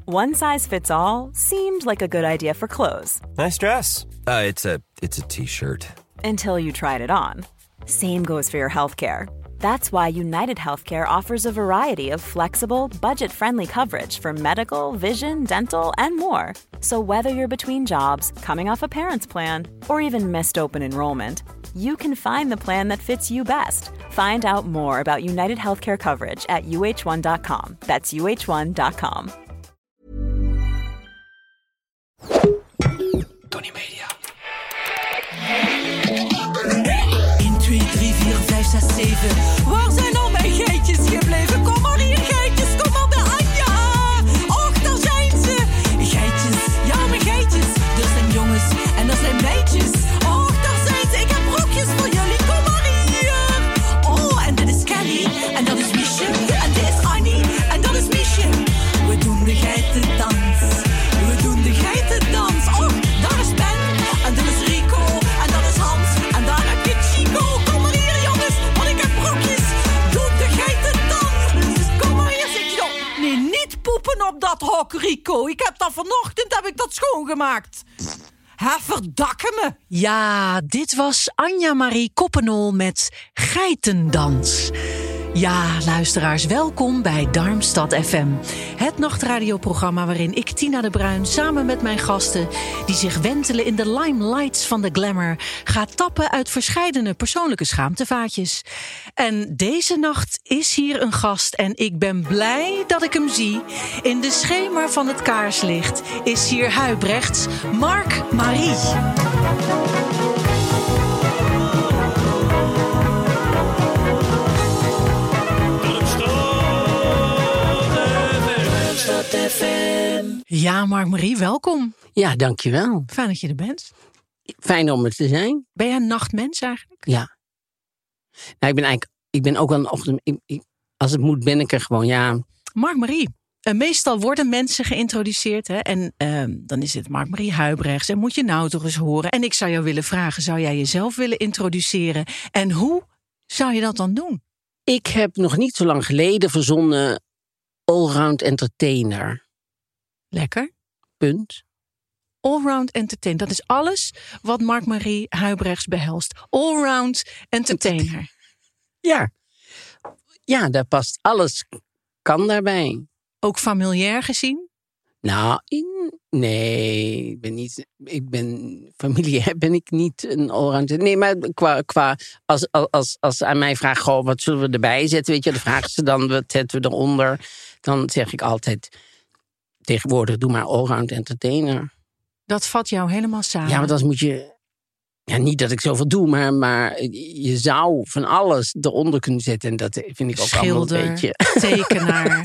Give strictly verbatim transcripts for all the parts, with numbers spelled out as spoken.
One size fits all seemed like a good idea for clothes. Nice dress. Uh, it's a it's a t-shirt. Until you tried it on. Same goes for your healthcare. That's why United Healthcare offers a variety of flexible, budget-friendly coverage for medical, vision, dental, and more. So whether you're between jobs, coming off a parent's plan, or even missed open enrollment, you can find the plan that fits you best. Find out more about United Healthcare coverage at U H one dot com. That's U H one dot com. Tony Media. één, twee, drie, vier, vijf, zes, zeven. Waar zijn al mijn geitjes gebleven? Kom maar hier, geitjes, kom maar bij Anja. Och, daar zijn ze. Geitjes, ja, mijn geitjes. Er zijn jongens en er zijn meisjes. Och, daar zijn ze. Ik heb brokjes voor jullie. Kom maar hier. Oh, en dit is Kelly. En dat is Miesje. En dit is Annie. En dat is Miesje. We doen de geitendans. We doen de geitendans. Oh, daar is Ben. En dat is Rico. En dat is Hans. En daar heb je Chico. Kom maar hier, jongens. Want ik heb brokjes. Doe de geitendans. Kom maar hier, zeg je. Nee, niet poepen op dat hok, Rico. Ik heb dat vanochtend heb ik dat schoongemaakt. Hè, verdakken me. Ja, dit was Anja-Marie Koppenol met Geitendans. Ja, luisteraars, welkom bij Darmstad F M. Het nachtradioprogramma waarin ik, Tina de Bruin, samen met mijn gasten, die zich wentelen in de limelights van de glamour, ga tappen uit verscheidene persoonlijke schaamtevaatjes. En deze nacht is hier een gast en ik ben blij dat ik hem zie. In de schemer van het kaarslicht is hier Huibrechts Mark Marie. Ja, Mark-Marie, welkom. Ja, dankjewel. Fijn dat je er bent. Fijn om er te zijn. Ben jij een nachtmens eigenlijk? Ja. Nou, ik ben eigenlijk, ik ben ook wel een ochtend. Ik, ik, als het moet, ben ik er gewoon, ja. Mark-Marie, uh, meestal worden mensen geïntroduceerd, hè? En uh, dan is het Mark-Marie Huibrechts. En moet je nou toch eens horen. En ik zou jou willen vragen, zou jij jezelf willen introduceren? En hoe zou je dat dan doen? Ik heb nog niet zo lang geleden verzonnen allround entertainer. Lekker. Punt. Allround entertainer. Dat is alles wat Mark-Marie Huibrechts behelst. Allround entertainer. Ja. Ja, daar past alles. Kan daarbij. Ook familiair gezien? Nou, in, nee, ik ben niet. Ik ben familiair ben ik niet een allround. Nee, maar qua, qua als, als, als ze aan mij vragen, goh, wat zullen we erbij zetten? Weet je, dan vragen ze dan, wat zetten we eronder? Dan zeg ik altijd, tegenwoordig doe maar allround entertainer. Dat vat jou helemaal samen. Ja, want dan moet je. Ja, niet dat ik zoveel doe, maar, maar je zou van alles eronder kunnen zetten. En dat vind ik ook Schilder, allemaal een beetje. Tekenaar.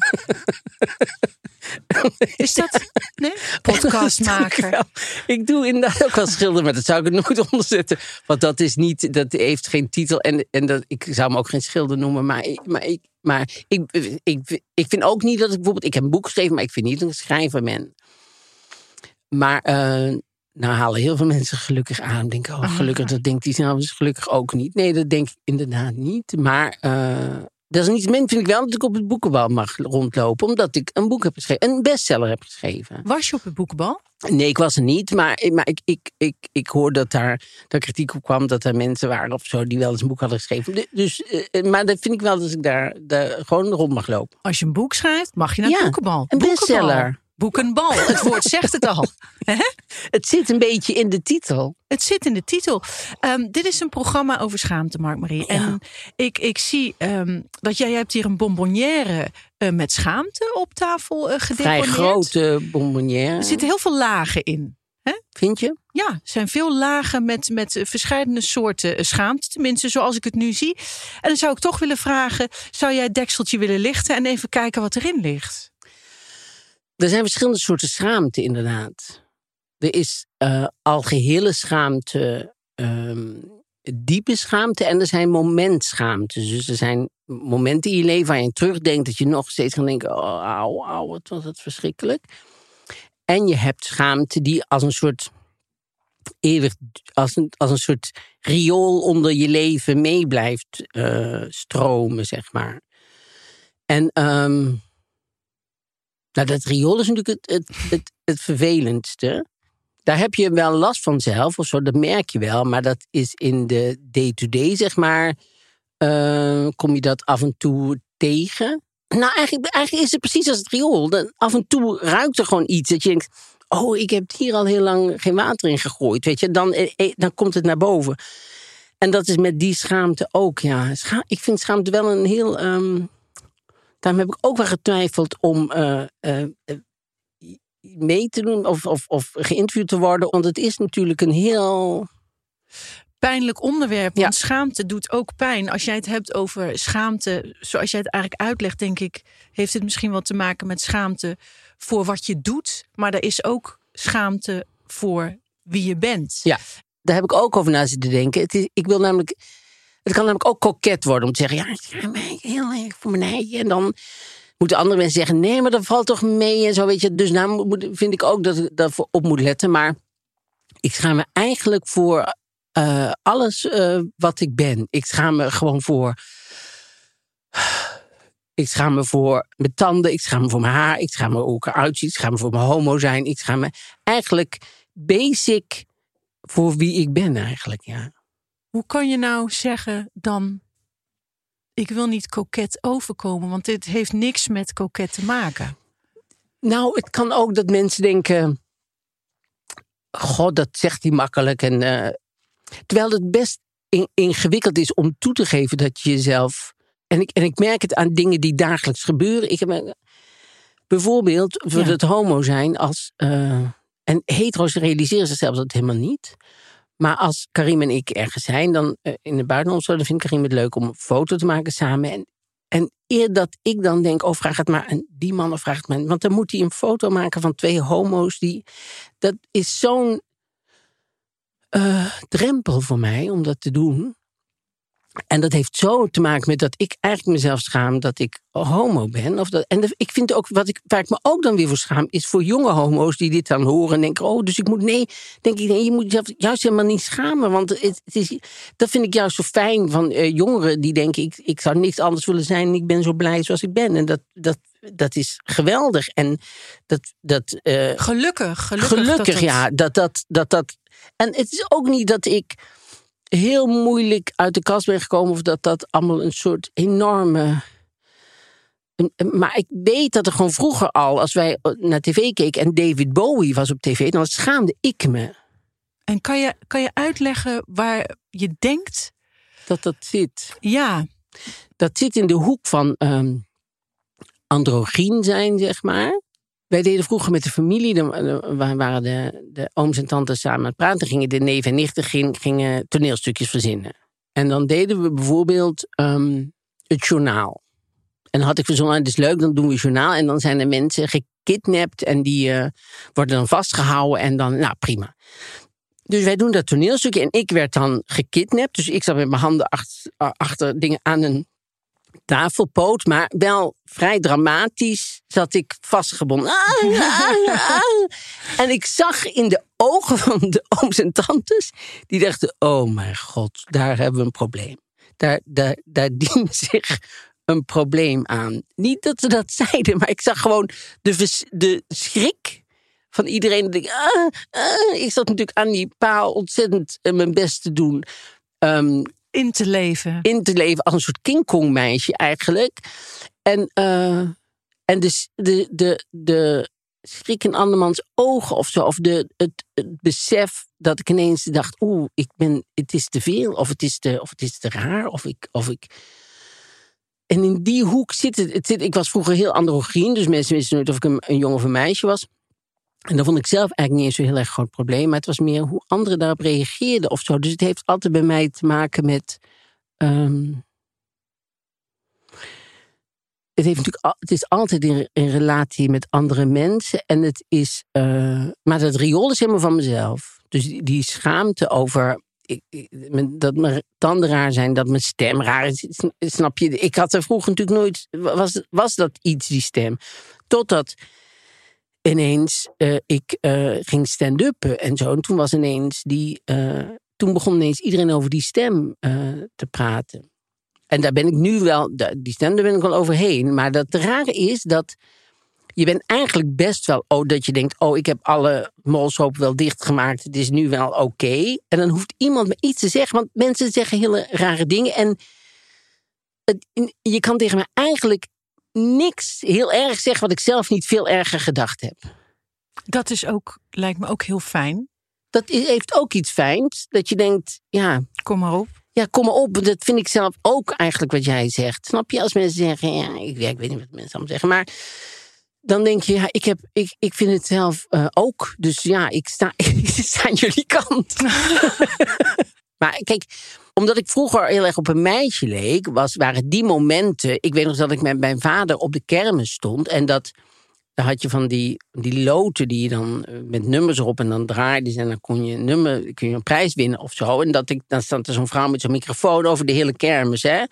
Is dat? Nee? Podcastmaker. Ik doe inderdaad ook wel schilderen, maar dat zou ik er nooit onder zetten. Want dat is niet, dat heeft geen titel. En, en dat, ik zou me ook geen schilder noemen. Maar, ik, maar, ik, maar ik, ik, ik vind ook niet dat ik bijvoorbeeld. Ik heb een boek geschreven, maar ik vind niet dat ik een schrijver ben. Maar. Uh, Nou halen heel veel mensen gelukkig aan. Denken, oh gelukkig, dat denkt die zelf gelukkig ook niet. Nee, dat denk ik inderdaad niet. Maar uh, desalniettemin vind ik wel dat ik op het boekenbal mag rondlopen. Omdat ik een boek heb geschreven, een bestseller heb geschreven. Was je op het boekenbal? Nee, ik was er niet. Maar, maar ik, ik, ik, ik hoorde dat daar dat kritiek op kwam. Dat er mensen waren of zo die wel eens een boek hadden geschreven. Dus, uh, maar dat vind ik wel dat ik daar, daar gewoon rond mag lopen. Als je een boek schrijft, mag je naar het ja, boekenbal. Een bestseller. Boekenbal, het woord zegt het al. Het zit een beetje in de titel. Het zit in de titel. Um, dit is een programma over schaamte, Mark-Marie. Ja. En ik, ik zie um, dat jij hebt hier een bonbonnière uh, met schaamte op tafel uh, gedeponeerd. Vrij grote bonbonnière. Er zitten heel veel lagen in. Hè? Vind je? Ja, er zijn veel lagen met, met uh, verschillende soorten uh, schaamte. Tenminste, zoals ik het nu zie. En dan zou ik toch willen vragen, zou jij het dekseltje willen lichten en even kijken wat erin ligt? Er zijn verschillende soorten schaamte, inderdaad. Er is uh, algehele schaamte, um, diepe schaamte en er zijn momentschaamte. Dus er zijn momenten in je leven waar je terugdenkt dat je nog steeds gaat denken, oh, auw, auw, wat was dat verschrikkelijk. En je hebt schaamte die als een soort eeuwig, als een, als een soort riool onder je leven mee blijft uh, stromen, zeg maar. En um, Nou, dat riool is natuurlijk het, het, het, het vervelendste. Daar heb je wel last van zelf, of zo, dat merk je wel. Maar dat is in de day-to-day, zeg maar, uh, kom je dat af en toe tegen. Nou, eigenlijk, eigenlijk is het precies als het riool. Dan, af en toe ruikt er gewoon iets dat je denkt, oh, ik heb hier al heel lang geen water in gegooid. Weet je, dan, dan komt het naar boven. En dat is met die schaamte ook, ja. Scha- ik vind schaamte wel een heel... Um, daarom heb ik ook wel getwijfeld om uh, uh, mee te doen of, of, of geïnterviewd te worden. Want het is natuurlijk een heel... pijnlijk onderwerp, want Ja. schaamte doet ook pijn. Als jij het hebt over schaamte, zoals jij het eigenlijk uitlegt, denk ik, heeft het misschien wat te maken met schaamte voor wat je doet. Maar er is ook schaamte voor wie je bent. Ja, daar heb ik ook over na zitten denken. Het is, ik wil namelijk... Het kan namelijk ook koket worden om te zeggen, ja, ik ga mij heel erg voor mijn eigen. En dan moeten andere mensen zeggen, nee, maar dat valt toch mee en zo, weet je. Dus daar moet, vind ik ook dat ik daarvoor op moet letten. Maar ik schaam me eigenlijk voor uh, alles uh, wat ik ben. Ik schaam me gewoon voor... Ik schaam me voor mijn tanden, ik schaam me voor mijn haar, ik schaam me hoe ik eruit zie, ik schaam me voor mijn homo zijn. Ik schaam me eigenlijk basic voor wie ik ben eigenlijk, ja. Hoe kan je nou zeggen dan, ik wil niet koket overkomen, want dit heeft niks met koket te maken. Nou, het kan ook dat mensen denken, god, dat zegt hij makkelijk. En, uh, terwijl het best in, ingewikkeld is om toe te geven dat je jezelf... En ik, en ik merk het aan dingen die dagelijks gebeuren. Ik heb bijvoorbeeld voor Ja. het homo zijn als... Uh, en hetero's realiseren zichzelf dat helemaal niet. Maar als Karim en ik ergens zijn, dan uh, in het buitenland, dan vindt Karim het leuk om een foto te maken samen. En, en eer dat ik dan denk, oh, vraag het maar aan die man of vraag het maar. Want dan moet hij een foto maken van twee homo's. Die, dat is zo'n uh, drempel voor mij om dat te doen. En dat heeft zo te maken met dat ik eigenlijk mezelf schaam dat ik homo ben. Of dat, en de, ik vind ook, wat ik, waar ik me ook dan weer voor schaam, is voor jonge homo's die dit dan horen en denken, oh, dus ik moet, nee, denk ik, nee, je moet jezelf juist helemaal niet schamen. Want het, het is, dat vind ik juist zo fijn van uh, jongeren die denken, ik, ik zou niks anders willen zijn en ik ben zo blij zoals ik ben. En dat, dat, dat is geweldig. En dat, dat, uh, Gelukkig, gelukkig. gelukkig, dat dat... ja. Dat, dat, dat, dat. En het is ook niet dat ik heel moeilijk uit de kast ben gekomen of dat dat allemaal een soort enorme... Maar ik weet dat er gewoon vroeger al, als wij naar tv keken en David Bowie was op tv, dan schaamde ik me. En kan je, kan je uitleggen waar je denkt? Dat dat zit. Ja. Dat zit in de hoek van um, androgyn zijn, zeg maar. Wij deden vroeger met de familie, dan waren de, de ooms en tantes samen aan het praten, gingen de neef en nichten gingen, gingen toneelstukjes verzinnen. En dan deden we bijvoorbeeld um, het journaal. En dan had ik verzonnen, het is leuk, dan doen we het journaal. En dan zijn er mensen gekidnapt en die uh, worden dan vastgehouden en dan, nou prima. Dus wij doen dat toneelstukje en ik werd dan gekidnapt. Dus ik zat met mijn handen achter, achter dingen aan een tafelpoot, maar wel vrij dramatisch zat ik vastgebonden. Ah, ah, ah. En ik zag in de ogen van de ooms en tantes, die dachten, oh mijn god, daar hebben we een probleem. Daar, daar, daar dient zich een probleem aan. Niet dat ze dat zeiden, maar ik zag gewoon de, de schrik van iedereen. Dat ik, ah, ah. ik zat natuurlijk aan die paal ontzettend uh, mijn best te doen. Um, In te leven. In te leven als een soort King Kong meisje eigenlijk. En, uh, en de, de, de, de schrik in andermans ogen of zo. Of de, het, het besef dat ik ineens dacht, oeh, ik ben, het is te veel. Of het is te, of het is te raar. Of ik, of ik... En in die hoek zit het, het zit, ik was vroeger heel androgyn. Dus mensen wisten nooit of ik een, een jongen of een meisje was. En dat vond ik zelf eigenlijk niet eens zo'n heel erg groot probleem. Maar het was meer hoe anderen daarop reageerden of zo. Dus het heeft altijd bij mij te maken met... Um, het, heeft natuurlijk al, het is altijd in, in relatie met andere mensen. En het is... Uh, maar dat riool is helemaal van mezelf. Dus die, die schaamte over... Ik, dat mijn tanden raar zijn, dat mijn stem raar is. Snap je? Ik had er vroeger natuurlijk nooit... Was, was dat iets, die stem? Totdat... ineens uh, ik uh, ging stand-uppen en zo. En toen was ineens die... Uh, toen begon ineens iedereen over die stem uh, te praten. En daar ben ik nu wel... Die stem, daar ben ik wel overheen. Maar dat rare is dat je bent eigenlijk best wel... Oh, dat je denkt, oh, ik heb alle molshopen wel dichtgemaakt. Het is nu wel oké. Okay. En dan hoeft iemand me iets te zeggen. Want mensen zeggen hele rare dingen. En het, je kan tegen me eigenlijk niks heel erg zeggen... wat ik zelf niet veel erger gedacht heb. Dat is ook, lijkt me ook heel fijn. Dat is, heeft ook iets fijns. Dat je denkt, ja... Kom maar op. Ja, kom maar op. Dat vind ik zelf ook eigenlijk wat jij zegt. Snap je? Als mensen zeggen... Ja, ik, ja, ik weet niet wat mensen allemaal zeggen. Maar dan denk je... Ja, ik, heb, ik, ik vind het zelf uh, ook. Dus ja, ik sta, ik sta aan jullie kant. Maar kijk... Omdat ik vroeger heel erg op een meisje leek... Was, waren die momenten... Ik weet nog dat ik met mijn vader op de kermis stond... En dat... Dan had je van die, die loten die je dan met nummers erop en dan draaide ze en dan kon je een nummer, kun je een prijs winnen of zo. En dat ik, dan stond er zo'n vrouw met zo'n microfoon over de hele kermis, hè.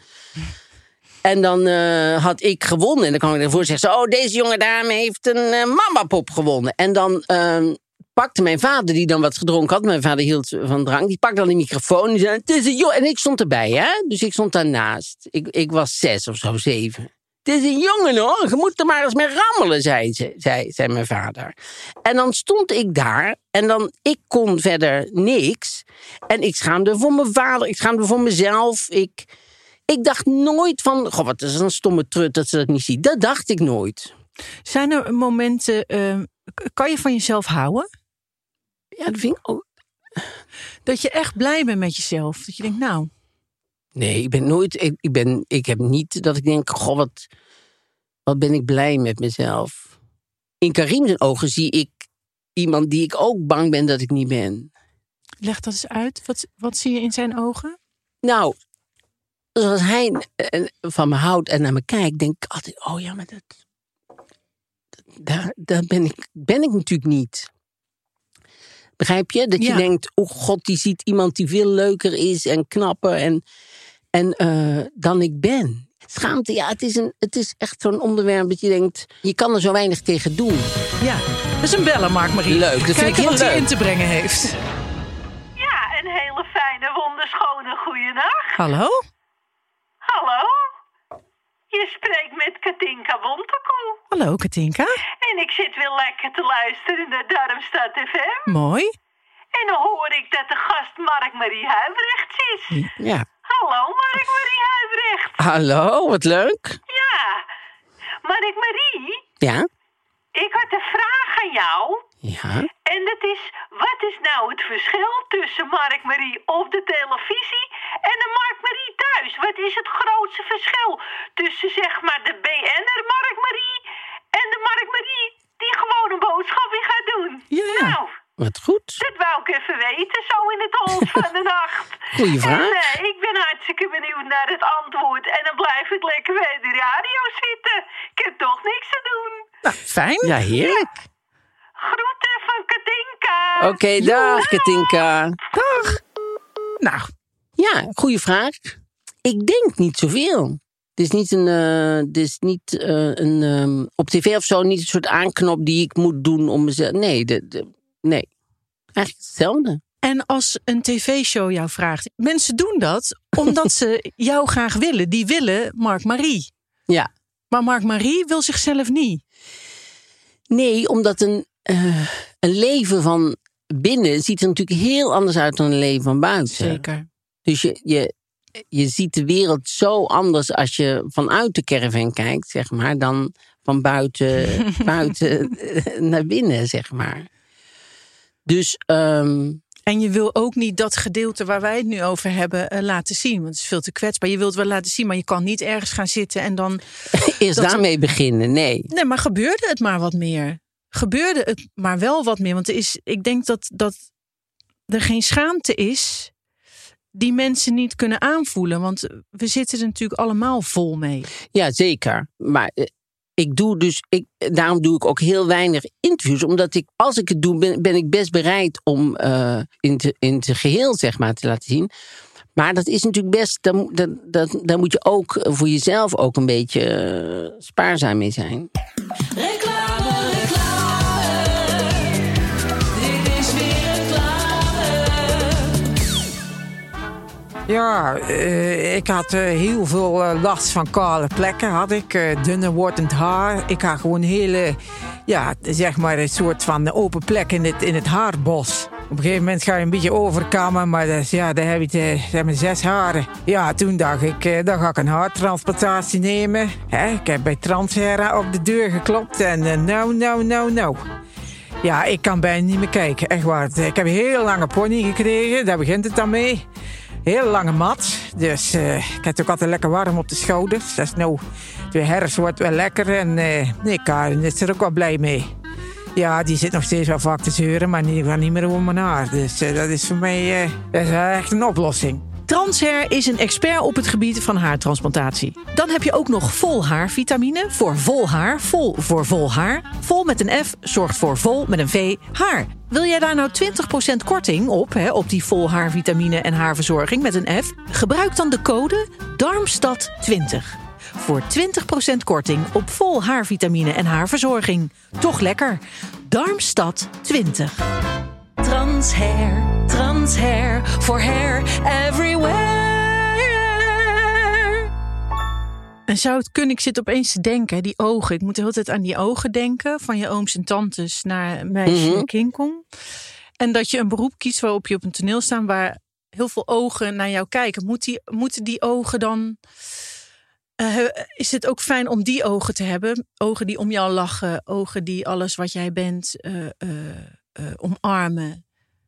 En dan uh, had ik gewonnen. En dan kwam ik ervoor zeggen, oh, deze jonge dame heeft een uh, mamapop gewonnen. En dan uh, pakte mijn vader, die dan wat gedronken had, mijn vader hield van drank, die pakte dan die microfoon en die zei, het is een jongen. En ik stond erbij, hè. Dus ik stond daarnaast. Ik, ik was zes of zo, zeven. Het is een jongen hoor, je moet er maar eens mee rammelen, zei, ze, zei, zei mijn vader. En dan stond ik daar en dan, ik kon verder niks. En ik schaamde voor mijn vader, ik schaamde voor mezelf. Ik, ik dacht nooit van, goh, wat is een stomme trut dat ze dat niet ziet. Dat dacht ik nooit. Zijn er momenten, uh, kan je van jezelf houden? Ja, dat vind ik ook. Dat je echt blij bent met jezelf, dat je denkt, nou... Nee, ik ben nooit. Ik, ik, ben, ik heb niet dat ik denk, goh, wat, wat ben ik blij met mezelf. In Karim's ogen zie ik iemand die ik ook bang ben dat ik niet ben. Leg dat eens uit. Wat, wat zie je in zijn ogen? Nou, zoals hij van me houdt en naar me kijkt, denk ik altijd, oh ja, maar dat, dat daar, daar ben ik, ben ik natuurlijk niet. Begrijp je? Dat je ja. denkt, oh god, die ziet iemand die veel leuker is en knapper en, en uh, dan ik ben. Schaamte, ja, het is, een, het is echt zo'n onderwerp dat je denkt, je kan er zo weinig tegen doen. Ja, dat is een bellen, Mark-Marie. Leuk, dat Kijken vind ik heel wat leuk. hij in te brengen heeft. Ja, een hele fijne, wonderschone goeienacht. Hallo? Hallo? Je spreekt met Katinka Bontekoe. Hallo, Katinka. En ik zit weer lekker te luisteren naar Darmstad F M. Mooi. En dan hoor ik dat de gast Mark-Marie Huibrechts is. Ja. Hallo, Mark-Marie Huibrechts. Hallo, wat leuk. Ja. Mark-Marie? Ja? Ik had een vraag aan jou. Ja? En dat is, wat is nou het verschil tussen Mark-Marie op de televisie en de Mark-Marie thuis? Wat is het grootste verschil tussen, zeg maar, de B N'er Mark-Marie en de Mark-Marie die gewoon een boodschap weer gaat doen? Ja, ja. Nou, wat goed. dat wou ik even weten, zo in het holst van de nacht. Goeie vraag. En uh, ik ben hartstikke benieuwd naar het antwoord. En dan blijf ik lekker bij de radio zitten. Ik heb toch niks te doen. Nou, fijn. Ja, heerlijk. Groeten van Katinka. Oké, okay, dag Katinka. Dag. Nou. Ja, goede vraag. Ik denk niet zoveel. Het is niet een, uh, het is niet uh, een um, op tv of zo, niet een soort aanknop die ik moet doen om mezelf. Nee, de, de, nee. Eigenlijk hetzelfde. En als een tv-show jou vraagt, mensen doen dat omdat ze jou graag willen. Die willen Mark-Marie. Ja. Maar Mark-Marie wil zichzelf niet. Nee, omdat een, uh, een leven van binnen ziet er natuurlijk heel anders uit dan een leven van buiten. Zeker. Dus je, je, je ziet de wereld zo anders als je vanuit de caravan kijkt, zeg maar, dan van buiten, buiten naar binnen, zeg maar. Dus... Um, en je wil ook niet dat gedeelte waar wij het nu over hebben uh, laten zien. Want het is veel te kwetsbaar. Je wilt het wel laten zien, maar je kan niet ergens gaan zitten en dan... Eerst daarmee beginnen, nee. Nee, maar gebeurde het maar wat meer. Gebeurde het maar wel wat meer. Want er is, ik denk dat, dat er geen schaamte is die mensen niet kunnen aanvoelen. Want we zitten er natuurlijk allemaal vol mee. Ja, zeker. Maar... Ik doe dus, ik, daarom doe ik ook heel weinig interviews. Omdat ik, als ik het doe, ben, ben ik best bereid om uh, in, te, in zijn geheel, zeg maar, te laten zien. Maar dat is natuurlijk best, daar, daar, daar moet je ook voor jezelf ook een beetje uh, spaarzaam mee zijn. Reclame, reclame. Dit is weer reclame. Ja, uh, ik had uh, heel veel uh, last van kale plekken. Had ik uh, dunne wordend haar. Ik had gewoon hele, ja, zeg maar een soort van open plek in het, in het haarbos. Op een gegeven moment ga je een beetje overkammen, maar dat, ja, daar heb je de, zeg maar zes haren. Ja, toen dacht ik, uh, dan ga ik een haartransplantatie nemen. Hè, ik heb bij Transherra op de deur geklopt en uh, nou, nou, nou, nou. Ja, ik kan bijna niet meer kijken, echt waar. Ik heb een hele lange pony gekregen, daar begint het dan mee. Hele lange mat, dus uh, ik heb het ook altijd lekker warm op de schouders. Dat is nou, de herfst wordt wel lekker en uh, nee, Karin is er ook wel blij mee. Ja, die zit nog steeds wel vaak te zeuren, maar in ieder geval niet meer over mijn haar. Dus uh, dat is voor mij uh, dat is echt een oplossing. Transhair is een expert op het gebied van haartransplantatie. Dan heb je ook nog volhaarvitamine voor vol haar. Vol voor vol haar. Vol met een F zorgt voor vol met een V haar. Wil jij daar nou twintig procent korting op, hè, op die volhaarvitamine en haarverzorging met een F? Gebruik dan de code Darmstad twintig. Voor twintig procent korting op vol haarvitamine en haarverzorging. Toch lekker. Darmstad twintig. Transhair, transhair, for hair everywhere. En zou het kunnen, ik zit opeens te denken, die ogen. Ik moet de hele tijd aan die ogen denken, van je ooms en tantes naar meisje mm-hmm. King Kong. En dat je een beroep kiest waarop je op een toneel staat waar heel veel ogen naar jou kijken. Moet die, moeten die ogen dan... Uh, is het ook fijn om die ogen te hebben? Ogen die om jou lachen, ogen die alles wat jij bent... Uh, uh, Uh, omarmen?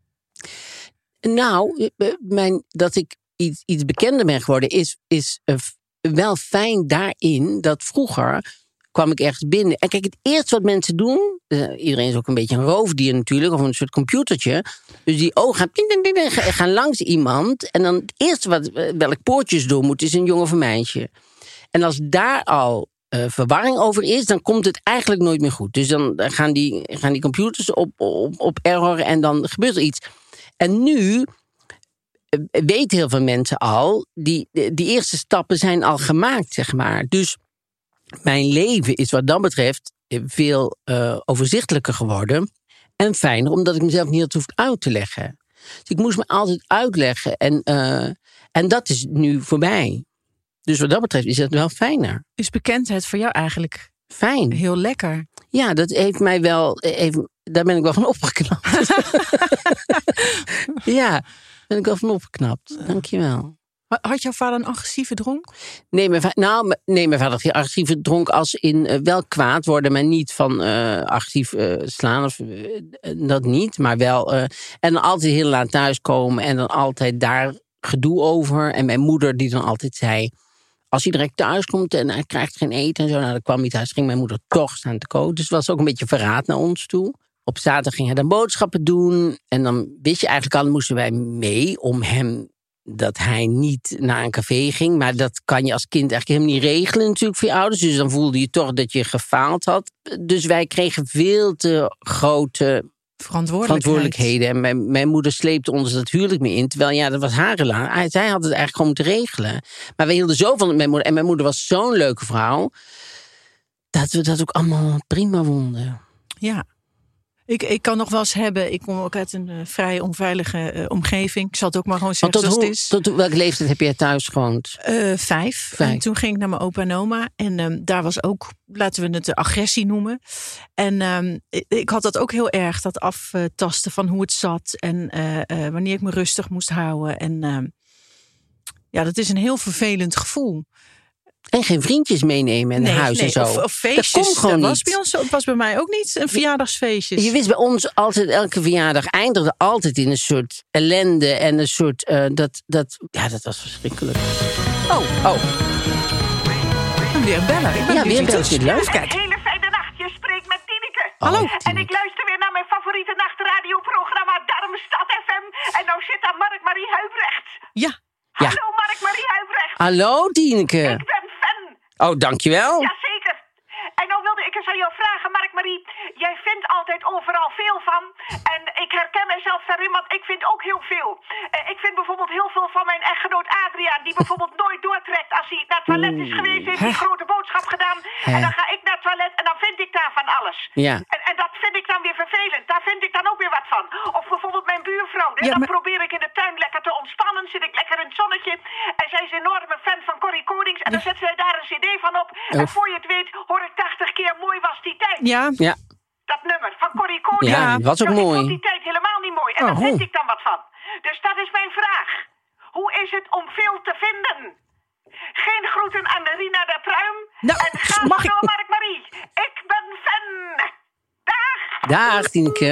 Nou, mijn, dat ik iets, iets bekender ben geworden is, is uh, wel fijn daarin dat vroeger kwam ik ergens binnen. En kijk, het eerste wat mensen doen, uh, iedereen is ook een beetje een roofdier natuurlijk, of een soort computertje. Dus die ogen gaan, ding, ding, ding, gaan langs iemand. En dan het eerste wat welk poortjes door moet, is een jongen of een meisje. En als daar al Uh, verwarring over is, dan komt het eigenlijk nooit meer goed. Dus dan gaan die, gaan die computers op, op, op error en dan gebeurt er iets. En nu uh, weten heel veel mensen al, die, die eerste stappen zijn al gemaakt, zeg maar. Dus mijn leven is wat dat betreft veel uh, overzichtelijker geworden en fijner, omdat ik mezelf niet had hoef uit te leggen. Dus ik moest me altijd uitleggen en, uh, en dat is nu voorbij. Dus wat dat betreft is het wel fijner. Is bekendheid voor jou eigenlijk fijn? Heel lekker. Ja, dat heeft mij wel even, daar ben ik wel van opgeknapt. Ja, daar ben ik wel van opgeknapt. Dankjewel. Had jouw vader een agressieve dronk? Nee, mijn vader, nou, nee, mijn vader had geen agressieve dronk als in uh, wel kwaad worden, maar niet van uh, agressief uh, slaan of uh, dat niet, maar wel uh, en dan altijd heel laat thuiskomen en dan altijd daar gedoe over. En mijn moeder die dan altijd zei, als hij direct thuis komt en hij krijgt geen eten en zo, nou, dan kwam hij thuis, ging mijn moeder toch staan te koken. Dus het was ook een beetje verraad naar ons toe. Op zaterdag ging hij dan boodschappen doen. En dan wist je eigenlijk al, moesten wij mee om hem, dat hij niet naar een café ging. Maar dat kan je als kind eigenlijk helemaal niet regelen natuurlijk voor je ouders. Dus dan voelde je toch dat je gefaald had. Dus wij kregen veel te grote verantwoordelijkheden. En mijn, mijn moeder sleepte ons dat huwelijk mee in. Terwijl, ja, dat was haar relatie. Zij had het eigenlijk gewoon moeten regelen. Maar we hielden zo van mijn moeder. En mijn moeder was zo'n leuke vrouw, dat we dat ook allemaal prima vonden. Ja. Ik, ik kan nog wel eens hebben, ik kom ook uit een uh, vrij onveilige uh, omgeving. Ik zal het ook maar gewoon zeggen zoals het is. Tot welke leeftijd heb je thuis gewoond? Uh, vijf. vijf. En toen ging ik naar mijn opa en oma. En um, daar was ook, laten we het de agressie noemen. En um, ik, ik had dat ook heel erg, dat aftasten van hoe het zat. En uh, uh, wanneer ik me rustig moest houden. En uh, ja, dat is een heel vervelend gevoel. En geen vriendjes meenemen in nee, huis nee, en zo. Of, of feestjes. Dat komt gewoon dat niet. Was bij ons, was bij mij ook niet een verjaardagsfeestjes. Je wist bij ons altijd, elke verjaardag eindigde altijd in een soort ellende. En een soort, uh, dat, dat, ja, dat was verschrikkelijk. Oh, oh. Weer een beller. Ik ben ja, weer een beller. Een hele fijne nacht. Je spreekt met Tineke. Oh, Hallo. Tineke. En ik luister weer naar mijn favoriete nachtradioprogramma Darmstad F M. En nou zit daar Mark-Marie Huibrecht. Ja. Ja. Hallo Mark-Marie Huibrecht. Hallo Tineke. Ik ben fan. Oh, dankjewel. Jazeker. En nou wilde ik eens aan jou vragen, Mark-Marie. Jij vindt altijd overal veel van. En ik herken mezelf daarin, want ik vind ook heel veel. Uh, ik vind bijvoorbeeld heel veel van mijn echtgenoot Adriaan, die bijvoorbeeld nooit doortrekt als hij naar het toilet is geweest, heeft die grote boodschap gedaan. En dan ga ik naar het toilet en dan vind ik daar van alles. Ja. En, en dat vind ik dan weer vervelend. Daar vind ik dan ook weer wat van. Of bijvoorbeeld mijn buurvrouw. Hè? Ja, Dan maar- probeer ik in de tuin lekker te ontspannen. Zit ik lekker in het zonnetje. En zij is een enorme fan van Corrie Konings. En dan zet zij daar een cd van op. En voor je het weet hoor ik tachtig keer mooi was die tijd. Ja, Ja, Dat nummer van Corrie Konings. ja, was ook Nou, Ik mooi. vond die tijd helemaal niet mooi. En Oh. daar vind ik dan wat van. Dus dat is mijn vraag. Hoe is het om veel te vinden? Geen groeten aan Rina de Pruim. Nou, en ga mag zo ik- door, Mark Marie. Ik ben fan. Dag. Dag Tineke.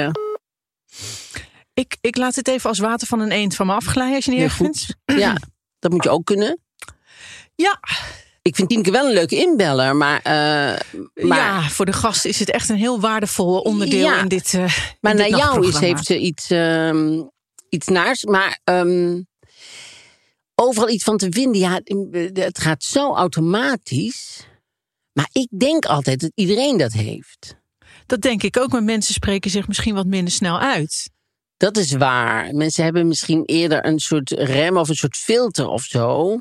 ik, ik laat het even als water van een eend van me afglijden, als je niet Heel erg goed. vindt. Ja, dat moet je ook kunnen. Ja, Ik vind Tineke wel een leuke inbeller, maar... eh, maar ja, voor de gast is het echt een heel waardevol onderdeel Ja. in dit uh, Maar in dit naar jou is, nachtprogramma. heeft ze iets, ehm, iets naars. Maar ehm, overal iets van te vinden. Ja, het gaat zo automatisch. Maar ik denk altijd dat iedereen dat heeft. Dat denk ik ook, maar mensen spreken zich misschien wat minder snel uit. Dat is waar. Mensen hebben misschien eerder een soort rem of een soort filter of zo.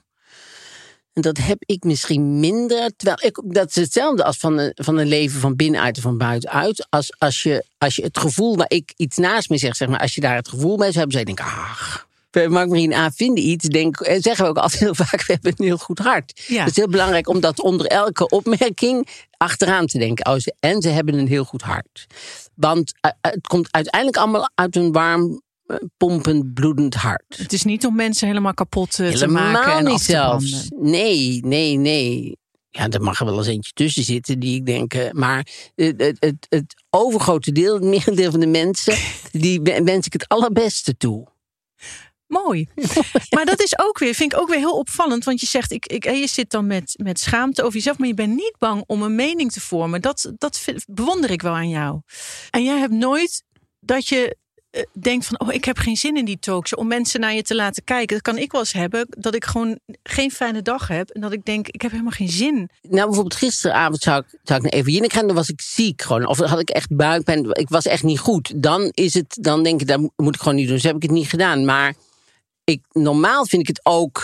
En dat heb ik misschien minder. Terwijl ik, dat is hetzelfde als van een, van een leven van binnenuit en van buitenuit. Als, als, je, als je het gevoel waar ik iets naast me zeg, zeg maar, als je daar het gevoel bij zou hebben, zou je denken, ach, Mark Marie en A vinden iets. Denk, zeggen we ook altijd heel vaak, we hebben een heel goed hart. Ja. Het is heel belangrijk om dat onder elke opmerking achteraan te denken. Oh, ze, en ze hebben een heel goed hart. Want uh, het komt uiteindelijk allemaal uit een warm, uh, pompend, bloedend hart. Het is niet om mensen helemaal kapot uh, te Helemaal maken en niet af te zelfs. branden. Nee, nee, nee. Ja, er mag er wel eens eentje tussen zitten die ik denk... uh, maar het, het, het, het overgrote deel, het merendeel van de mensen... die wens ik het allerbeste toe. Mooi. Maar dat is ook weer, vind ik ook weer heel opvallend. Want je zegt, ik, ik, je zit dan met, met schaamte over jezelf, maar je bent niet bang om een mening te vormen. Dat, dat vind- bewonder ik wel aan jou. En jij hebt nooit dat je uh, denkt van, oh, ik heb geen zin in die talkshow. Om mensen naar je te laten kijken. Dat kan ik wel eens hebben. Dat ik gewoon geen fijne dag heb. En dat ik denk, ik heb helemaal geen zin. Nou, bijvoorbeeld gisteravond zou ik, zou ik naar Eveline gaan. Dan was ik ziek gewoon. Of had ik echt buikpijn. Ik was echt niet goed. Dan is het, dan denk ik, dat moet ik gewoon niet doen. Dus heb ik het niet gedaan. Maar ik, normaal vind ik het ook...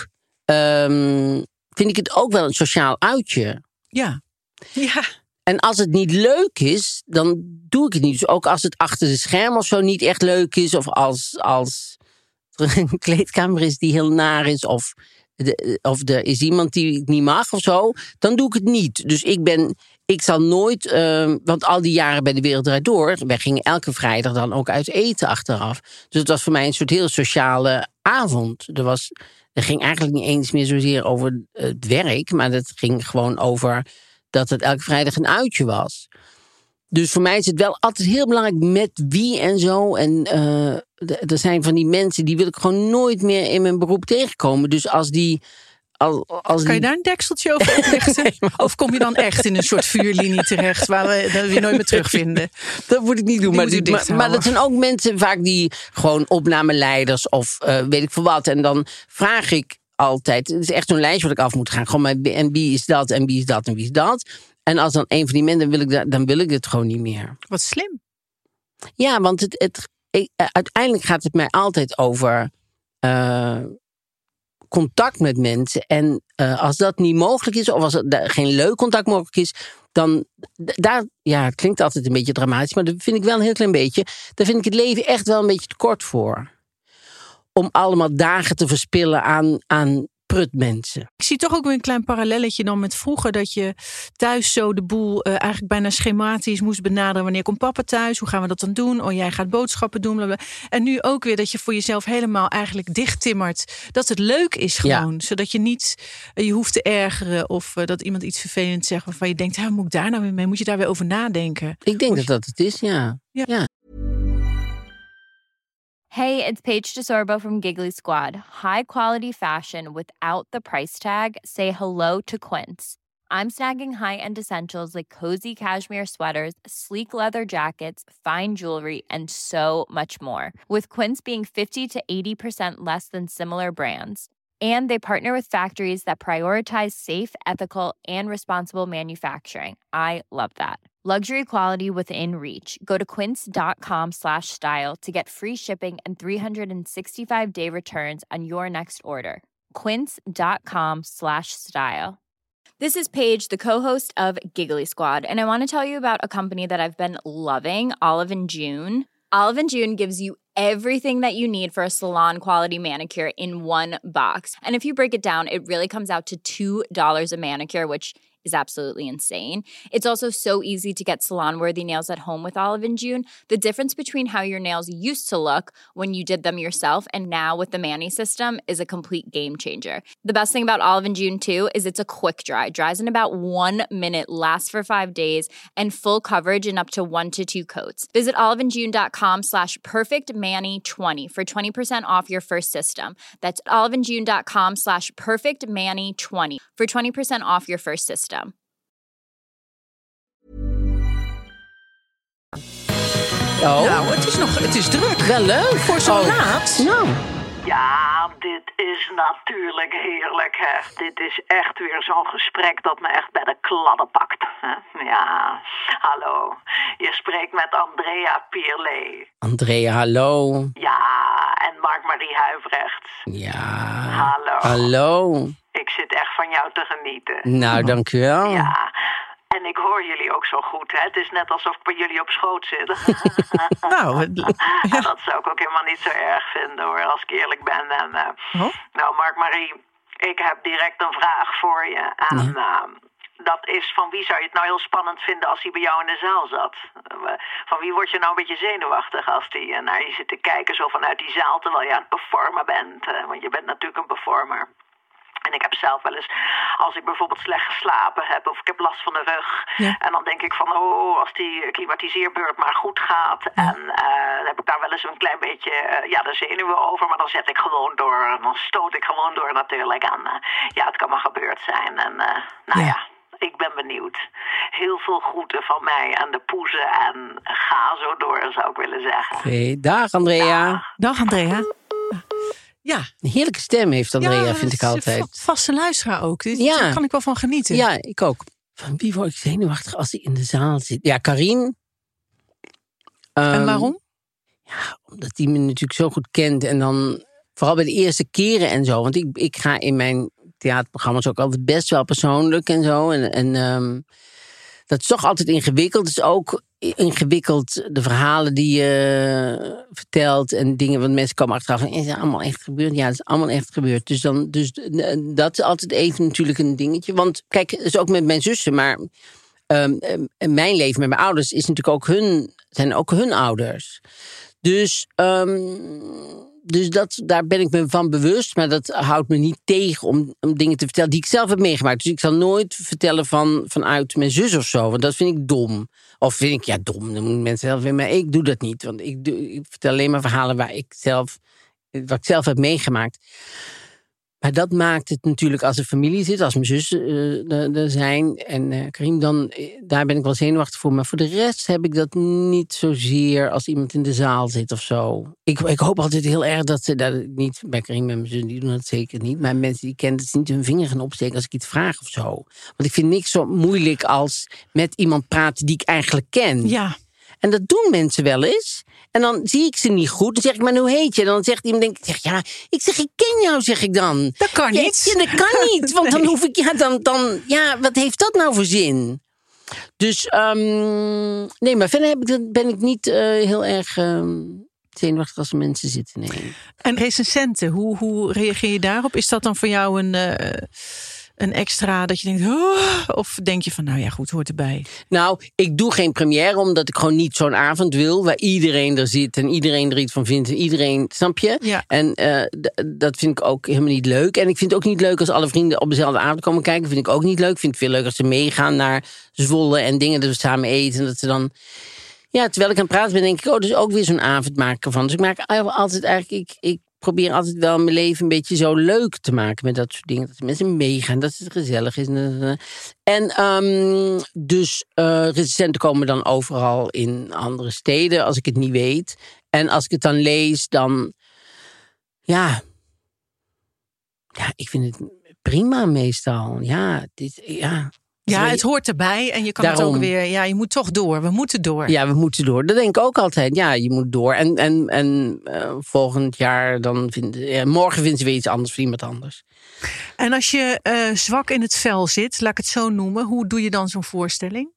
Um, vind ik het ook wel een sociaal uitje. Ja. Ja. En als het niet leuk is, dan doe ik het niet. Dus ook als het achter de schermen of zo niet echt leuk is... of als, als er een kleedkamer is die heel naar is... of, de, of er is iemand die ik niet mag of zo... dan doe ik het niet. Dus ik ben... Ik zal nooit... Uh, want al die jaren bij De Wereld Draait Door... wij gingen elke vrijdag dan ook uit eten achteraf. Dus het was voor mij een soort heel sociale avond. Er was... Er ging eigenlijk niet eens meer zozeer over het werk... maar dat ging gewoon over... dat het elke vrijdag een uitje was. Dus voor mij is het wel altijd heel belangrijk met wie en zo. En uh, d- er zijn van die mensen die wil ik gewoon nooit meer in mijn beroep tegenkomen. Dus als die... Als, als Kan je die... daar een dekseltje over oplichten? Nee, maar- Of kom je dan echt in een soort vuurlinie terecht... waar we, dat we je nooit meer terugvinden? Dat moet ik niet doen. Die Maar, moet u die- maar, dicht maar dat houden. zijn ook mensen vaak die gewoon opnameleiders of uh, weet ik veel wat. En dan vraag ik altijd, het is echt zo'n lijstje wat ik af moet gaan. Gewoon, maar, en wie is dat en wie is dat en wie is dat? En als dan een van die mensen, dan wil ik, dat, dan wil ik het gewoon niet meer. Wat slim. Ja, want het, het, ik, uiteindelijk gaat het mij altijd over uh, contact met mensen. En uh, als dat niet mogelijk is, of als er geen leuk contact mogelijk is, dan, daar, ja, het klinkt altijd een beetje dramatisch, maar dat vind ik wel een heel klein beetje. Daar vind ik het leven echt wel een beetje te kort voor. Om allemaal dagen te verspillen aan, aan prutmensen. Ik zie toch ook weer een klein parallelletje dan met vroeger... dat je thuis zo de boel uh, eigenlijk bijna schematisch moest benaderen. Wanneer komt papa thuis? Hoe gaan we dat dan doen? Oh, jij gaat boodschappen doen. Blablabla. En nu ook weer dat je voor jezelf helemaal eigenlijk dichttimmert. Dat het leuk is gewoon. Ja. Zodat je niet uh, je hoeft te ergeren... of uh, dat iemand iets vervelends zegt waarvan je denkt... Hoe moet ik daar nou weer mee? Moet je daar weer over nadenken? Ik denk dat dat het is, ja. Ja. ja. Hey, it's Paige DeSorbo from Giggly Squad. High quality fashion without the price tag. Say hello to Quince. I'm snagging high-end essentials like cozy cashmere sweaters, sleek leather jackets, fine jewelry, and so much more. With Quince being fifty to eighty percent less than similar brands. And they partner with factories that prioritize safe, ethical, and responsible manufacturing. I love that. Luxury quality within reach. Go to quince.com slash style to get free shipping and three sixty-five day returns on your next order. Quince.com slash style. This is Paige, the co-host of Giggly Squad, and I want to tell you about a company that I've been loving, Olive and June. Olive and June gives you everything that you need for a salon-quality manicure in one box. And if you break it down, it really comes out to two dollars a manicure, which is absolutely insane. It's also so easy to get salon-worthy nails at home with Olive and June. The difference between how your nails used to look when you did them yourself and now with the Mani system is a complete game changer. The best thing about Olive and June, too, is it's a quick dry. Dries in about one minute, lasts for five days, and full coverage in up to one to two coats. Visit oliveandjune.com slash perfectmani20 for twenty percent off your first system. That's oliveandjune.com slash perfectmani20 for twenty percent off your first system. Oh, Nou, het is nog het is druk. wel leuk. Voor zo Oh. laat. Nou, Ja, dit is natuurlijk heerlijk, hè. Dit is echt weer zo'n gesprek dat me echt bij de kladden pakt. Hè? Ja, hallo. Je spreekt met Andrea Pierlet. Andrea, hallo. Ja, en Mark-Marie Huibrecht. Ja. Hallo. Hallo. Ik zit echt van jou te genieten. Nou, dank u wel. Ja, en ik hoor jullie ook zo goed, hè. Het is net alsof ik bij jullie op schoot zit. Nou, het- En dat zou ik ook helemaal niet zo erg vinden, hoor, als ik eerlijk ben. En, eh, Oh. Nou, Mark-Marie, ik heb direct een vraag voor je. En eh, dat is, van wie zou je het nou heel spannend vinden als hij bij jou in de zaal zat? Eh, Van wie word je nou een beetje zenuwachtig als hij eh, naar je zit te kijken, zo vanuit die zaal, terwijl je aan het performen bent? eh, Want je bent natuurlijk een performer. En ik heb zelf wel eens, als ik bijvoorbeeld slecht geslapen heb of ik heb last van de rug. Ja. En dan denk ik van, oh, als die klimatiseerbeurt maar goed gaat. En uh, dan heb ik daar wel eens een klein beetje, uh, ja, de zenuwen over. Maar dan zet ik gewoon door. En dan stoot ik gewoon door natuurlijk. En uh, ja, het kan maar gebeurd zijn. En uh, nou ja. ja. Ik ben benieuwd. Heel veel groeten van mij aan de poezen. En ga zo door, zou ik willen zeggen. Oké, dag Andrea. Dag Andrea. Ja, Een heerlijke stem heeft Andrea, ja, vind ik het is altijd. een va- vaste luisteraar ook. Dit- Ja. Daar kan ik wel van genieten. Ja, ik ook. Van wie word ik zenuwachtig als hij in de zaal zit? Ja, Karin. En Ehm, waarom? Omdat hij me natuurlijk zo goed kent. En dan vooral bij de eerste keren en zo. Want ik, ik ga in mijn theaterprogramma's ook altijd best wel persoonlijk en zo. En, en um, dat is toch altijd ingewikkeld. Het is ook ingewikkeld de verhalen die je vertelt. En dingen, want mensen komen achteraf van, is het allemaal echt gebeurd? Ja, het is allemaal echt gebeurd. Dus, dan, dus dat is altijd even natuurlijk een dingetje. Want kijk, het is ook met mijn zussen, maar um, mijn leven met mijn ouders is natuurlijk ook hun, zijn ook hun ouders. Dus, um, dus dat, daar ben ik me van bewust. Maar dat houdt me niet tegen om, om dingen te vertellen die ik zelf heb meegemaakt. Dus ik zal nooit vertellen van, vanuit mijn zus of zo. Want dat vind ik dom. Of vind ik, ja, dom. Dan moeten mensen zelf weer. Maar ik doe dat niet. Want ik, doe, ik vertel alleen maar verhalen waar ik zelf, wat ik zelf heb meegemaakt. Maar dat maakt het natuurlijk als er familie zit, als mijn zussen uh, er zijn en uh, Karim, dan uh, daar ben ik wel zenuwachtig voor. Maar voor de rest heb ik dat niet zozeer als iemand in de zaal zit of zo. Ik, ik hoop altijd heel erg dat ze, dat niet bij Karim en mijn zus, die doen dat zeker niet. Maar mensen die kennen, dat ze niet hun vinger gaan opsteken als ik iets vraag of zo. Want ik vind niks zo moeilijk als met iemand praten die ik eigenlijk ken. Ja. En dat doen mensen wel eens. En dan zie ik ze niet goed. Dan zeg ik, maar hoe heet je? En dan zegt iemand, denk ik, zeg, ja, ik zeg, ik ken jou, zeg ik dan. Dat kan ja, niet. Ja, dat kan niet. Want dan hoef ik, ja, dan, dan, ja, wat heeft dat nou voor zin? Dus, um, nee, maar verder heb ik, dat ben ik niet uh, heel erg um, zenuwachtig als er mensen zitten. Nee. En recensenten, hoe, hoe reageer je daarop? Is dat dan voor jou een, uh, een extra dat je denkt, oh, of denk je van, nou ja, goed, hoort erbij? Nou, ik doe geen première omdat ik gewoon niet zo'n avond wil waar iedereen er zit en iedereen er iets van vindt en iedereen, snap je? Ja. En uh, d- dat vind ik ook helemaal niet leuk. En ik vind het ook niet leuk als alle vrienden op dezelfde avond komen kijken. Vind ik ook niet leuk. Ik vind het veel leuker als ze meegaan naar Zwolle en dingen dat we samen eten en dat ze dan. Ja, terwijl ik aan het praten ben, denk ik, oh, dus ook weer zo'n avond maken van. Dus ik maak altijd eigenlijk, ik, ik probeer altijd wel mijn leven een beetje zo leuk te maken met dat soort dingen. Dat de mensen meegaan, dat het gezellig is. En um, dus uh, recensenten komen dan overal in andere steden, als ik het niet weet. En als ik het dan lees, dan, ja, ja, ik vind het prima meestal. Ja, dit, ja. Ja, het hoort erbij en je kan Daarom. het ook weer... Ja, je moet toch door. We moeten door. Ja, we moeten door. Dat denk ik ook altijd. Ja, je moet door. En, en, en uh, volgend jaar dan vinden... Ja, morgen vinden ze weer iets anders voor iemand anders. En als je uh, zwak in het vel zit, laat ik het zo noemen... hoe doe je dan zo'n voorstelling?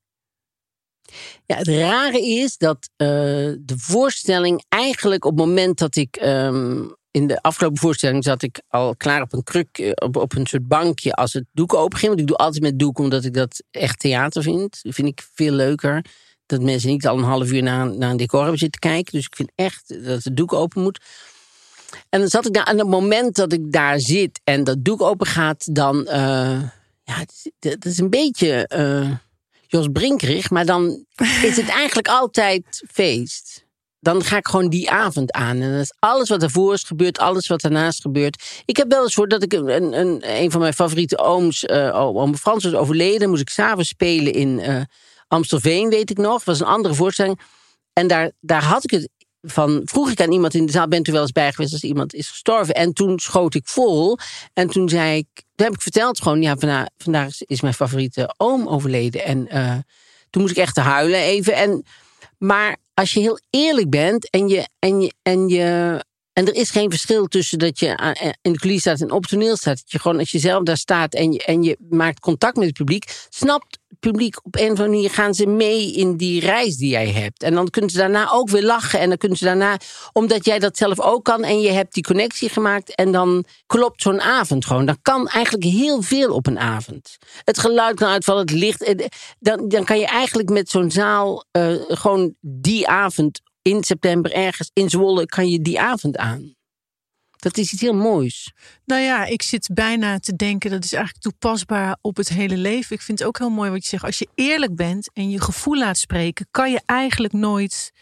Ja, het rare is dat uh, de voorstelling eigenlijk op het moment dat ik... Um, in de afgelopen voorstelling zat ik al klaar op een kruk, op, op een soort bankje als het doek open ging. Want ik doe altijd met doek omdat ik dat echt theater vind. Dat vind ik veel leuker. Dat mensen niet al een half uur naar, naar een decor hebben zitten kijken. Dus ik vind echt dat het doek open moet. En dan zat ik daar, en op het moment dat ik daar zit en dat doek open gaat, dan, uh, ja, het, het is een beetje uh, Jos Brinkerig, maar dan is het eigenlijk altijd feest. Dan ga ik gewoon die avond aan. En dat is alles wat ervoor is gebeurd, alles wat daarnaast gebeurt. Ik heb wel eens voor dat ik een, een, een van mijn favoriete ooms, uh, oom Frans, was overleden. Moest ik 's avonds spelen in uh, Amstelveen, weet ik nog. Dat was een andere voorstelling. En daar, daar had ik het van, vroeg ik aan iemand in de zaal, bent u wel eens bij geweest als iemand is gestorven? En toen schoot ik vol. En toen zei ik, toen heb ik verteld gewoon, ja, vandaag, vandaag is mijn favoriete oom overleden. En uh, toen moest ik echt huilen even. En, maar als je heel eerlijk bent en je, en je, en je, en er is geen verschil tussen dat je in de coulissen staat en op het toneel staat. Dat je gewoon, als je zelf daar staat en je, en je maakt contact met het publiek, snapt het publiek op een of andere manier, gaan ze mee in die reis die jij hebt. En dan kunnen ze daarna ook weer lachen. En dan kunnen ze daarna, omdat jij dat zelf ook kan en je hebt die connectie gemaakt, en dan klopt zo'n avond gewoon. Dan kan eigenlijk heel veel op een avond. Het geluid kan uitvallen, het licht. Dan, dan kan je eigenlijk met zo'n zaal uh, gewoon die avond in september ergens in Zwolle, kan je die avond aan. Dat is iets heel moois. Nou ja, ik zit bijna te denken, dat is eigenlijk toepasbaar op het hele leven. Ik vind het ook heel mooi wat je zegt. Als je eerlijk bent en je gevoel laat spreken, kan je eigenlijk nooit,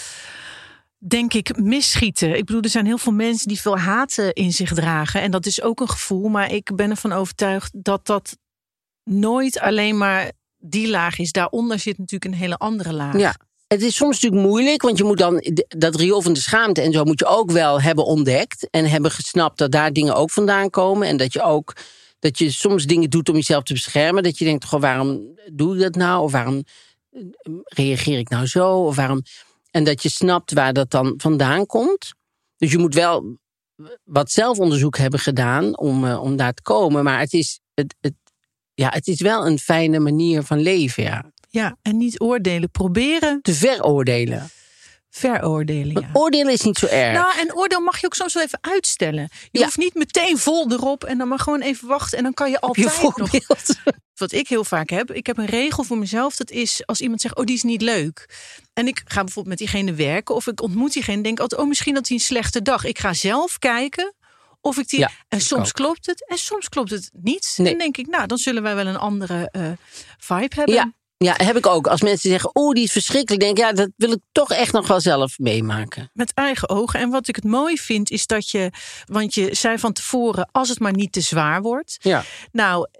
denk ik, misschieten. Ik bedoel, er zijn heel veel mensen die veel haat in zich dragen. En dat is ook een gevoel. Maar ik ben ervan overtuigd dat dat nooit alleen maar die laag is. Daaronder zit natuurlijk een hele andere laag. Ja. Het is soms natuurlijk moeilijk, want je moet dan dat riool van de schaamte en zo moet je ook wel hebben ontdekt en hebben gesnapt dat daar dingen ook vandaan komen en dat je ook dat je soms dingen doet om jezelf te beschermen, dat je denkt, goh, waarom doe ik dat nou, of waarom reageer ik nou zo, of waarom, en dat je snapt waar dat dan vandaan komt. Dus je moet wel wat zelfonderzoek hebben gedaan om uh, om daar te komen, maar het is het, het ja, het is wel een fijne manier van leven, ja. Ja, en niet oordelen. Proberen te veroordelen. Veroordelen, Want ja. oordelen is niet zo erg. Nou, en oordeel mag je ook soms wel even uitstellen. Je ja. hoeft niet meteen vol erop en dan maar gewoon even wachten. En dan kan je altijd je nog... Wat ik heel vaak heb, ik heb een regel voor mezelf. Dat is als iemand zegt, oh, die is niet leuk. En ik ga bijvoorbeeld met diegene werken of ik ontmoet diegene en denk altijd, oh, misschien had hij een slechte dag. Ik ga zelf kijken of ik die... Ja, en soms ook. klopt het en soms klopt het niet. Nee. Dan denk ik, nou, dan zullen wij wel een andere uh, vibe hebben. Ja. Ja, heb ik ook. Als mensen zeggen, oh, die is verschrikkelijk. Denk ik, ja, dat wil ik toch echt nog wel zelf meemaken. Met eigen ogen. En wat ik het mooi vind, is dat je... Want je zei van tevoren, als het maar niet te zwaar wordt. Ja. Nou,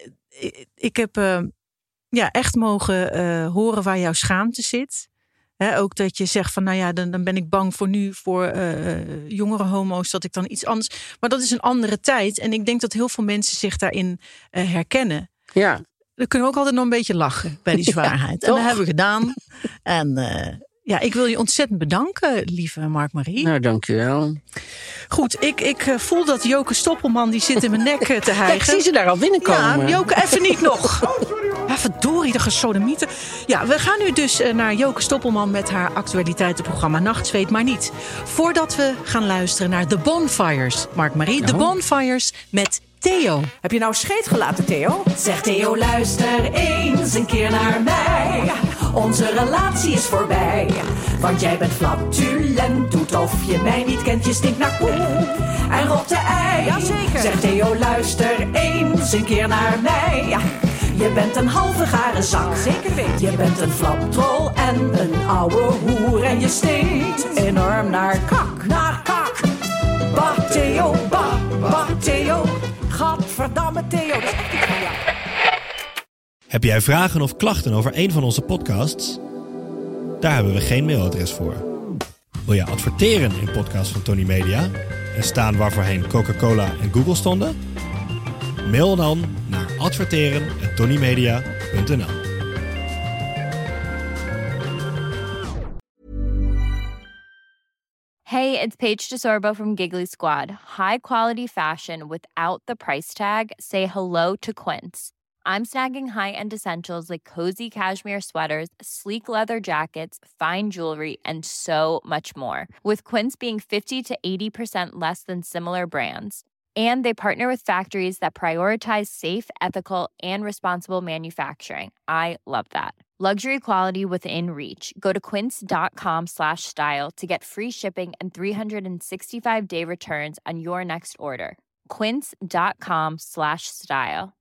ik heb uh, ja, echt mogen uh, horen waar jouw schaamte zit. He, ook dat je zegt van, nou ja, dan, dan ben ik bang voor nu... voor uh, jongere homo's, dat ik dan iets anders... Maar dat is een andere tijd. En ik denk dat heel veel mensen zich daarin uh, herkennen. Ja. Dan kunnen we ook altijd nog een beetje lachen bij die zwaarheid. Ja, en dat hebben we gedaan. En uh, ja, ik wil je ontzettend bedanken, lieve Mark-Marie. Nou, dankjewel. Goed, ik, ik uh, voel dat Joke Stoppelman, die zit in mijn nek te hijgen. Ja, ik zie ze daar al binnenkomen. Ja, Joke, even niet nog. Ja, verdorie, de gesodemieten. Ja, we gaan nu dus uh, naar Joke Stoppelman met haar actualiteitenprogramma Nachtzweet, maar niet. Voordat we gaan luisteren naar The Bonfires, Mark-Marie. The Bonfires met Theo. Heb je nou scheet gelaten, Theo? Zeg Theo, luister eens een keer naar mij. Onze relatie is voorbij. Want jij bent flatulent, doet of je mij niet kent. Je stinkt naar poep en rotte ei. Jazeker. Zeg Theo, luister eens een keer naar mij. Je bent een halve gare zak. Zeker weten. Je bent een flapdrol en een ouwe hoer. En je stinkt enorm naar kak. Naar kak. Bah, Theo, bah, bah, Theo. Gadverdamme, Theo. Dat is echt niet van jou. Heb jij vragen of klachten over een van onze podcasts? Daar hebben we geen mailadres voor. Wil je adverteren in podcasts van Tony Media en staan waarvoorheen Coca-Cola en Google stonden? Mail dan naar adverteren at tonymedia punt n l. Hey, it's Paige DeSorbo from Giggly Squad. High quality fashion without the price tag. Say hello to Quince. I'm snagging high-end essentials like cozy cashmere sweaters, sleek leather jackets, fine jewelry, and so much more. With Quince being fifty to eighty percent less than similar brands. And they partner with factories that prioritize safe, ethical, and responsible manufacturing. I love that. Luxury quality within reach. Go to quince.com slash style to get free shipping and three sixty-five day returns on your next order. Quince.com slash style.